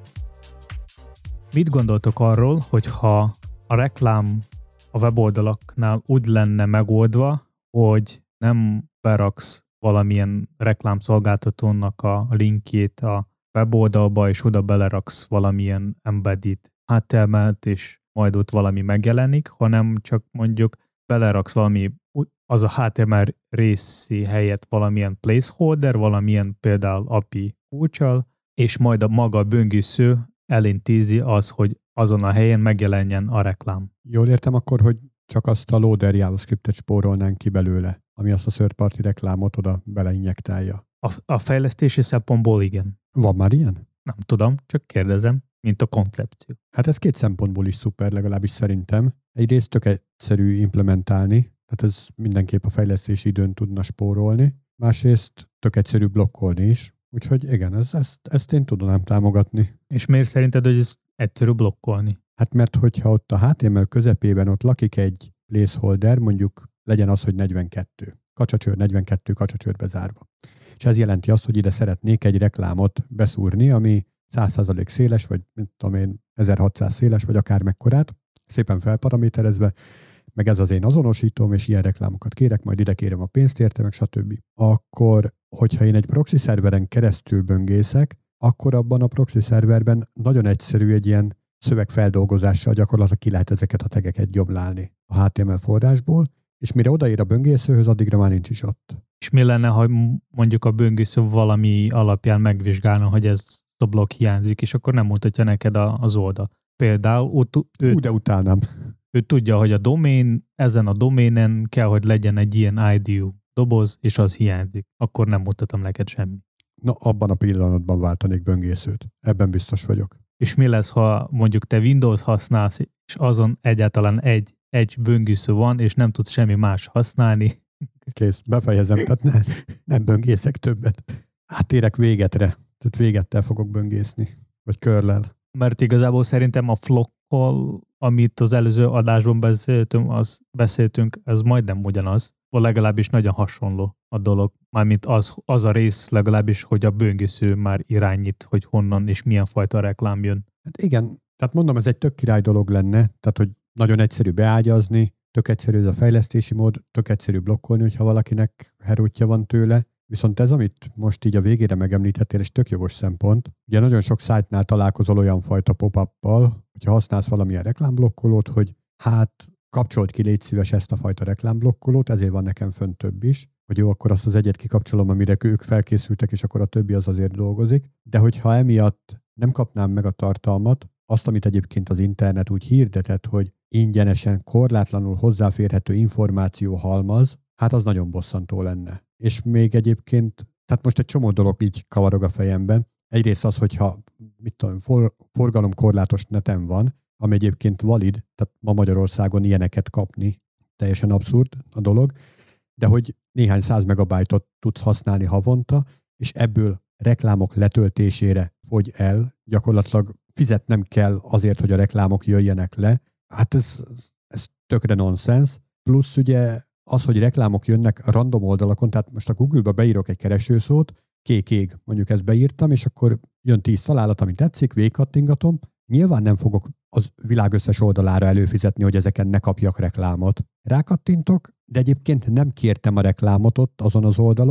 Mit gondoltok arról, hogyha a reklám a weboldalaknál úgy lenne megoldva, hogy nem beraksz valamilyen reklámszolgáltatónak a linkjét a weboldalba, és oda beleraksz valamilyen embedded há té em el-t, és majd ott valami megjelenik, hanem csak mondjuk beleraksz valami, az a há té em el részi helyett valamilyen placeholder, valamilyen például á pé i kulccsal, és majd a maga böngésző elintézi az, hogy azon a helyen megjelenjen a reklám. Jól értem akkor, hogy csak azt a loader JavaScriptet spórolnánk ki belőle, ami azt a third party reklámot oda beleinjektálja. A, a fejlesztési szempontból igen. Van már ilyen? Nem tudom, csak kérdezem, mint a koncepció. Hát ez két szempontból is szuper, legalábbis szerintem. Egyrészt tök egyszerű implementálni, tehát ez mindenképp a fejlesztési időn tudna spórolni. Másrészt tök egyszerű blokkolni is. Úgyhogy igen, ez, ezt, ezt én tudnám támogatni. És miért szerinted, hogy ez egyszerű blokkolni? Hát mert hogyha ott a há té em el közepében ott lakik egy placeholder, mondjuk legyen az, hogy negyvenkettő. Kacsacsőr negyvenkettő kacsacsőrbe zárva. És ez jelenti azt, hogy ide szeretnék egy reklámot beszúrni, ami száz százalék széles, vagy mint tudom én, ezerhatszáz széles, vagy akár mekkorát, szépen felparaméterezve, meg ez az én azonosítom, és ilyen reklámokat kérek, majd ide kérem a pénzt érte, meg stb. Akkor, hogyha én egy proxy szerveren keresztül böngészek, akkor abban a proxy szerverben nagyon egyszerű egy ilyen szövegfeldolgozással gyakorlatilag ki lehet ezeket a tegeket gyoblálni a há té em el forrásból, és mire odaér a böngészőhöz, addigra már nincs is ott. És mi lenne, ha mondjuk a böngésző valami alapján megvizsgálna, hogy ez a blokk hiányzik, és akkor nem mutatja neked a, az oldal. Például ő, Ú, de utálnám. Ő tudja, hogy a domén, ezen a doménen kell, hogy legyen egy ilyen í dé-ú doboz, és az hiányzik. Akkor nem mutatom neked semmi. Na, abban a pillanatban váltanék böngészőt. Ebben biztos vagyok. És mi lesz, ha mondjuk te Windows használsz, és azon egyáltalán egy, egy böngésző van, és nem tudsz semmi más használni? Kész, befejezem, tehát ne, nem böngészek többet. Átérek végetre. Tehát végettel fogok böngészni. Vagy körlel. Mert igazából szerintem a flokkal, amit az előző adásban beszéltünk, az, beszéltünk, ez majdnem ugyanaz. Vagy legalábbis nagyon hasonló a dolog. Mármint az, az a rész legalábbis, hogy a böngésző már irányít, hogy honnan és milyen fajta reklám jön. Hát igen, tehát mondom, ez egy tök király dolog lenne, tehát hogy nagyon egyszerű beágyazni, tök egyszerű ez a fejlesztési mód, tök egyszerű blokkolni, hogyha valakinek herútja van tőle. Viszont ez, amit most így a végére megemlítettél, és tök jogos szempont. Ugye nagyon sok szájtnál találkozol olyan fajta pop-uppal, hogyha használsz valamilyen reklámblokkolót, hogy hát kapcsolt ki, légy szíves ezt a fajta reklámblokkolót, ezért van nekem fönn több is, hogy jó, akkor azt az egyet kikapcsolom, amire ők felkészültek, és akkor a többi az azért dolgozik. De hogyha emiatt nem kapnám meg a tartalmat, azt, amit egyébként az internet úgy hirdetett, hogy ingyenesen, korlátlanul hozzáférhető információ halmaz, hát az nagyon bosszantó lenne. És még egyébként, tehát most egy csomó dolog így kavarog a fejemben. Egyrészt az, hogyha mit tudom, for, forgalomkorlátos neten van, ami egyébként valid, tehát ma Magyarországon ilyeneket kapni, teljesen abszurd a dolog, de hogy néhány száz megabájtot tudsz használni havonta, és ebből reklámok letöltésére fogy el, gyakorlatilag fizetnem kell azért, hogy a reklámok jöjjenek le. Hát ez, ez tökre nonsens. Plusz ugye az, hogy reklámok jönnek random oldalakon, tehát most a Google-ba beírok egy keresőszót, kék-ég, mondjuk ezt beírtam, és akkor jön tíz találat, ami tetszik, végigkattingatom. Nyilván nem fogok az világ összes oldalára előfizetni, hogy ezeken ne kapjak reklámot. Rákattintok, de egyébként nem kértem a reklámot ott azon az oldalon,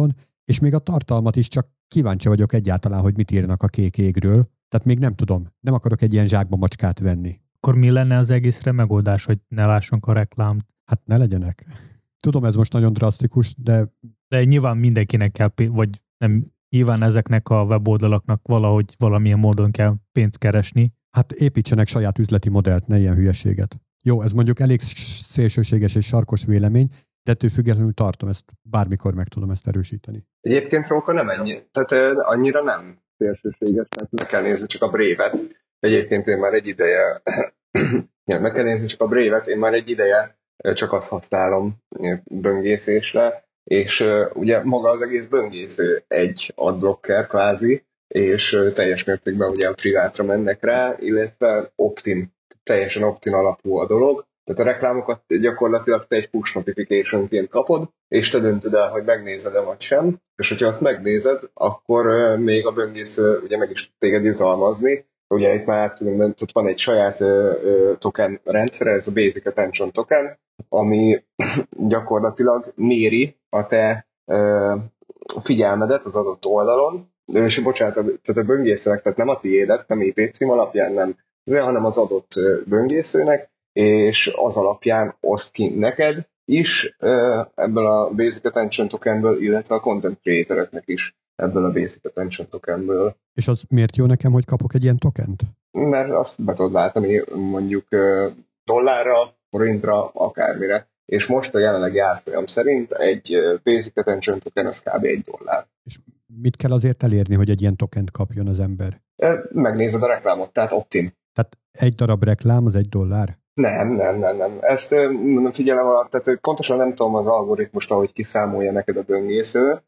És még a tartalmat is csak kíváncsi vagyok egyáltalán, hogy mit írnak a kék égről. Tehát még nem tudom. Nem akarok egy ilyen zsákba macskát venni. Akkor mi lenne az egészre megoldás, hogy ne lássunk a reklámt? Hát ne legyenek. Tudom, ez most nagyon drasztikus, de... De nyilván mindenkinek kell, vagy nem, nyilván ezeknek a weboldalaknak valahogy valamilyen módon kell pénzt keresni. Hát építsenek saját üzleti modellt, ne ilyen hülyeséget. Jó, ez mondjuk elég szélsőséges és sarkos vélemény, de ettől függetlenül tartom, ezt bármikor meg tudom ezt erősíteni. Egyébként Róka nem ennyi, tehát annyira nem szélsőséges, mert meg kell nézni csak a Brave-et. Egyébként én már egy ideje, ja, meg kell nézni csak a Brave-et, én már egy ideje csak azt használom böngészésre, és uh, ugye maga az egész böngésző egy adblocker kvázi, és uh, teljes mértékben ugye a privátra mennek rá, illetve opt-in, teljesen opt-in alapú a dolog. Tehát a reklámokat gyakorlatilag te egy push notification-ként kapod, és te döntöd el, hogy megnézed-e vagy sem, és hogyha azt megnézed, akkor uh, még a böngésző ugye meg is tud téged jutalmazni. Ugye itt már tudom, tehát van egy saját uh, uh, token rendszere, ez a Basic Attention Token, ami gyakorlatilag méri a te uh, figyelmedet az adott oldalon, és bocsánat, tehát a böngészőnek, tehát nem a tiédet, nem I P cím alapján, nem, hanem az adott böngészőnek, és az alapján oszt ki neked is uh, ebből a Basic Attention Tokenből, illetve a content creatoröknek is ebből a Basic Attention Tokenből. És az miért jó nekem, hogy kapok egy ilyen tokent? Mert azt be tudod váltani mondjuk uh, dollárra, forintra, akármire. És most a jelenlegi árfolyam szerint egy Basic Attention Token az kb. egy dollár. És mit kell azért elérni, hogy egy ilyen tokent kapjon az ember? Megnézed a reklámot, tehát opt-in. Tehát egy darab reklám az egy dollár? Nem, nem, nem, nem. Ezt nem figyelem, a, tehát pontosan nem tudom az algoritmust, ahogy kiszámolja neked a böngésző,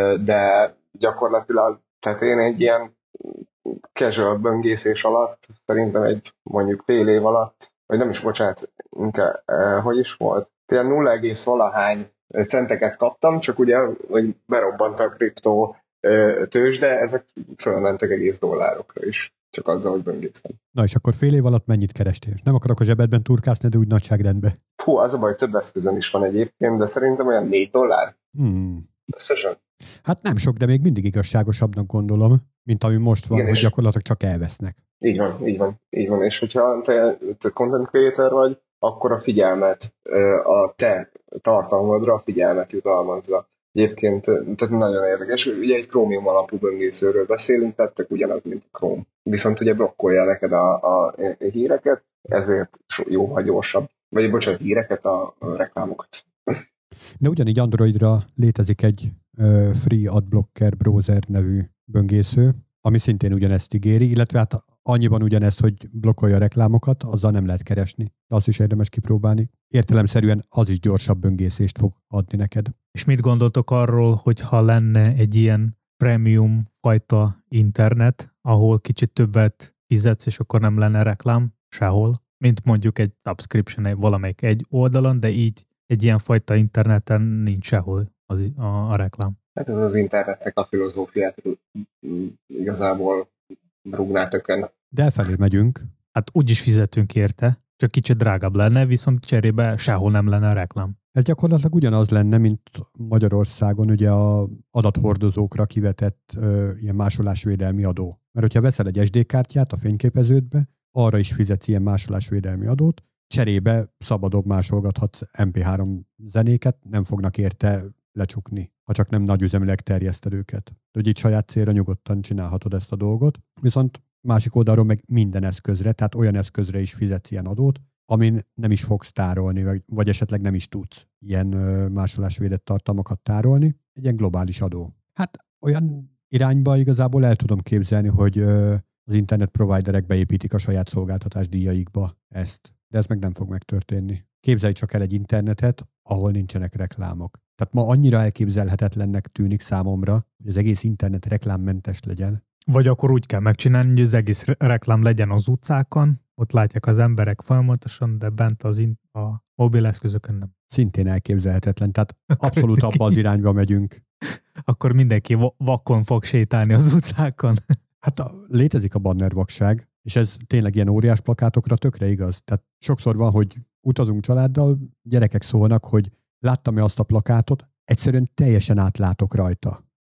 de gyakorlatilag, tehát én egy ilyen casual böngészés alatt, szerintem egy mondjuk fél év alatt, vagy nem is, bocsánat, inkább, eh, hogy is volt? Ilyen nulla egész valahány centeket kaptam, csak ugye, hogy berobbant a kriptó eh, tőzsde, ezek fölmentek egész dollárokra is, csak azzal, hogy böngésztem. Na és akkor fél év alatt mennyit kerestél? Nem akarok a zsebedben turkászni, de úgy nagyságrendben. Hú, az a baj, több eszközön is van egyébként, de szerintem olyan négy dollár. Hmm. Összesen. Hát nem sok, de még mindig igazságosabbnak gondolom, mint ami most van, igen, hogy gyakorlatilag csak elvesznek. Így van, így van, így van. És hogyha te, te content creator vagy, akkor a figyelmet, a te tartalmadra a figyelmet jutalmazza. Egyébként tehát nagyon érdekes. Ugye egy Chromium alapú böngészőről beszélünk, tettek ugyanaz, mint a Chrome. Viszont ugye blokkolja neked a, a, a híreket, ezért jóval gyorsabb. Vagy bocsánat, híreket, a, a reklámokat. De ugyanígy Androidra létezik egy uh, Free Adblocker Browser nevű böngésző, ami szintén ugyanezt ígéri, illetve hát annyiban ugyanezt, hogy blokkolja a reklámokat, azzal nem lehet keresni. De azt is érdemes kipróbálni. Értelemszerűen az is gyorsabb böngészést fog adni neked. És mit gondoltok arról, hogy ha lenne egy ilyen premium fajta internet, ahol kicsit többet fizetsz, és akkor nem lenne reklám sehol, mint mondjuk egy subscription egy valamelyik egy oldalon, de így egy ilyen fajta interneten nincs sehol az, a, a reklám. Hát ez az internetnek a filozófiát igazából rúgná tökön. De elfelé megyünk. Hát úgyis fizetünk érte, csak kicsit drágább lenne, viszont cserébe sehol nem lenne a reklám. Ez gyakorlatilag ugyanaz lenne, mint Magyarországon ugye a adathordozókra kivetett ö, ilyen másolásvédelmi adó. Mert hogyha veszel egy es dé kártyát a fényképeződbe, arra is fizetsz ilyen másolásvédelmi adót, cserébe szabadon másolgathatsz em pé három zenéket, nem fognak érte lecsukni, ha csak nem nagyüzemileg terjeszted őket. De hogy itt saját célra nyugodtan csinálhatod ezt a dolgot, viszont másik oldalról meg minden eszközre, tehát olyan eszközre is fizetsz ilyen adót, amin nem is fogsz tárolni, vagy, vagy esetleg nem is tudsz ilyen ö, másolásvédett tartalmakat tárolni. Egy ilyen globális adó. Hát olyan irányba igazából el tudom képzelni, hogy ö, az internet providerek beépítik a saját szolgáltatás díjaikba ezt. De ez meg nem fog megtörténni. Képzelj csak el egy internetet, ahol nincsenek reklámok. Tehát ma annyira elképzelhetetlennek tűnik számomra, hogy az egész internet reklámmentes legyen. Vagy akkor úgy kell megcsinálni, hogy az egész reklám legyen az utcákon, ott látják az emberek folyamatosan, de bent az in- a mobileszközökön nem. Szintén elképzelhetetlen, tehát abszolút abba az irányba megyünk. Akkor mindenki vakon fog sétálni az utcákon. Hát a, létezik a bannervakság, és ez tényleg ilyen óriás plakátokra tökre igaz. Tehát sokszor van, hogy utazunk családdal, gyerekek szólnak, hogy láttam-e azt a plakátot, egyszerűen teljesen átlátok rajta.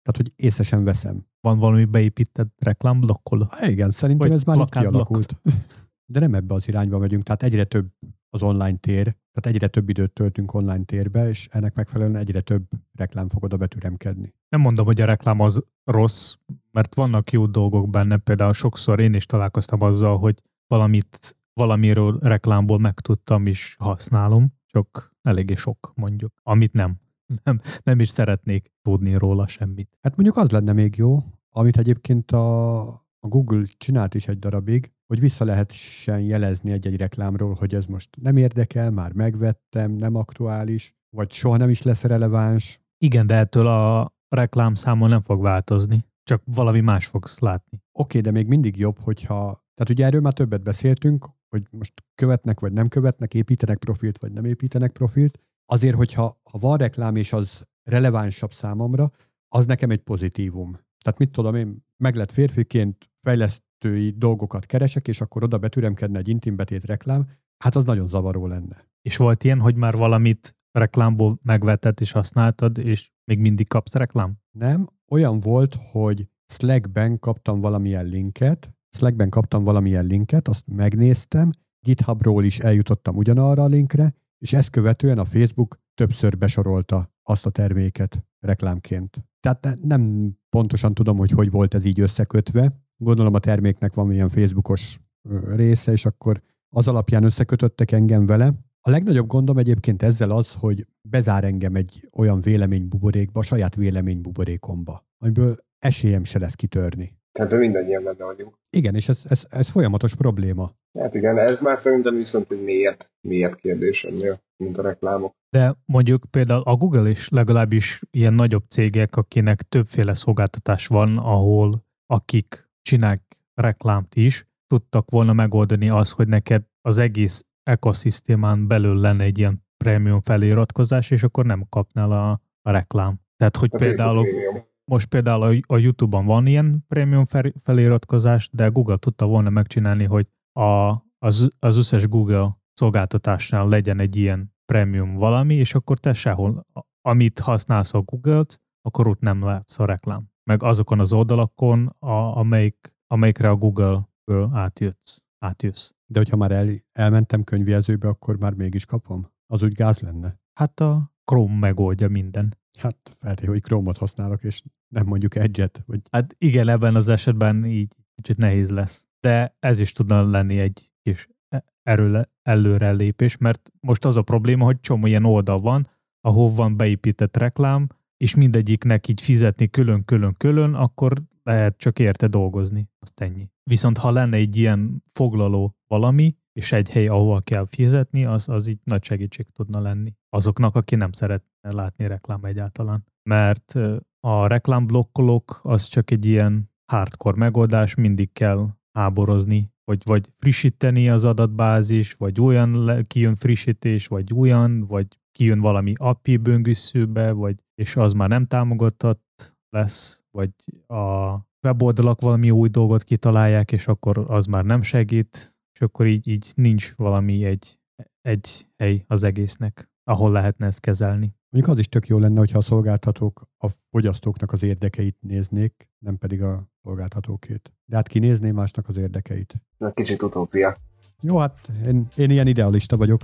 Tehát, hogy észre sem veszem. Van valami beépített reklámblokkoló? Há, igen, szerintem Vagy ez már így plakátblokk. kialakult. De nem ebbe az irányba megyünk, tehát egyre több az online tér, tehát egyre több időt töltünk online térbe, és ennek megfelelően egyre több reklám fog oda betüremkedni. Nem mondom, hogy a reklám az rossz, mert vannak jó dolgok benne, például sokszor én is találkoztam azzal, hogy valamit, valamiről reklámból megtudtam és használom, csak eléggé sok mondjuk, amit nem. Nem, nem is szeretnék tudni róla semmit. Hát mondjuk az lenne még jó, amit egyébként a, a Google csinált is egy darabig, hogy vissza lehessen jelezni egy-egy reklámról, hogy ez most nem érdekel, már megvettem, nem aktuális, vagy soha nem is lesz releváns. Igen, de ettől a reklámszámon nem fog változni, csak valami más fogsz látni. Oké, de még mindig jobb, hogyha, tehát ugye erről már többet beszéltünk, hogy most követnek vagy nem követnek, építenek profilt vagy nem építenek profilt. Azért, hogyha ha van reklám és az relevánsabb számomra, az nekem egy pozitívum. Tehát mit tudom én, meg lett férfiként fejlesztői dolgokat keresek, és akkor oda betüremkedne egy intimbetét reklám, hát az nagyon zavaró lenne. És volt ilyen, hogy már valamit reklámból megvetted és használtad, és még mindig kapsz reklám? Nem, olyan volt, hogy Slackben kaptam valamilyen linket, Slackben kaptam valamilyen linket, azt megnéztem, GitHubról is eljutottam ugyanarra a linkre, és ezt követően a Facebook többször besorolta azt a terméket reklámként. Tehát ne, nem pontosan tudom, hogy hogy volt ez így összekötve. Gondolom a terméknek van ilyen Facebookos része, és akkor az alapján összekötöttek engem vele. A legnagyobb gondom egyébként ezzel az, hogy bezár engem egy olyan véleménybuborékba, a saját véleménybuborékomba, amiből esélyem se lesz kitörni. Tehát mindannyian benne vagyunk. Igen, és ez, ez, ez folyamatos probléma. Hát igen, ez már szerintem viszont egy mélyebb, mélyebb kérdés ennél, mint a reklámok. De mondjuk például a Google is legalábbis ilyen nagyobb cégek, akinek többféle szolgáltatás van, ahol akik csinálják reklámt is, tudtak volna megoldani az, hogy neked az egész ekoszisztémán belül lenne egy ilyen prémium feliratkozás, és akkor nem kapnál a, a reklám. Tehát, hogy A például most például a, a YouTube-on van ilyen prémium feliratkozás, de Google tudta volna megcsinálni, hogy a, az, az összes Google szolgáltatásnál legyen egy ilyen prémium valami, és akkor te sehol, amit használsz a Google-t, akkor ott nem látsz a reklám. Meg azokon az oldalakon, a, amelyik, amelyikre a Google-ből átjössz. átjössz. De hogyha már el, elmentem könyvjelzőbe, akkor már mégis kapom? Az úgy gáz lenne? Hát a Chrome megoldja minden. Hát feltétlenül, hogy Chrome-ot használok, és nem mondjuk Edge-et. Vagy... Hát igen, ebben az esetben így kicsit nehéz lesz. De ez is tudna lenni egy kis erőle, előrelépés, mert most az a probléma, hogy csomó ilyen oldal van, ahol van beépített reklám, és mindegyiknek így fizetni külön-külön-külön, akkor lehet csak érte dolgozni. Azt ennyi. Viszont ha lenne egy ilyen foglaló valami, és egy hely, ahol kell fizetni, az, az így nagy segítség tudna lenni. Azoknak, aki nem szeretne látni reklám egyáltalán. Mert a reklámblokkolók az csak egy ilyen hardcore megoldás, mindig kell háborozni, vagy, vagy frissíteni az adatbázis, vagy olyan le, kijön frissítés, vagy olyan, vagy kijön valami á pé i böngészőbe, vagy, és az már nem támogatott lesz, vagy a weboldalak valami új dolgot kitalálják, és akkor az már nem segít, és akkor így, így nincs valami egy, egy hely az egésznek, ahol lehetne ezt kezelni. Mondjuk az is tök jó lenne, hogyha a szolgáltatók a fogyasztóknak az érdekeit néznék, nem pedig a szolgáltatókét. De hát ki nézné másnak az érdekeit? Na, kicsit utópia. Jó, hát én, én ilyen idealista vagyok.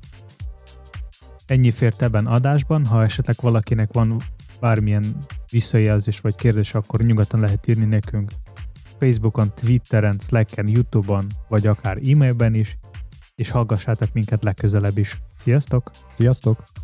Ennyi fért ebben adásban, ha esetleg valakinek van bármilyen visszajelzés vagy kérdés, akkor nyugodtan lehet írni nekünk Facebookon, Twitteren, Slacken, YouTube-on, vagy akár e-mailben is, és hallgassátok minket legközelebb is. Sziasztok! Sziasztok!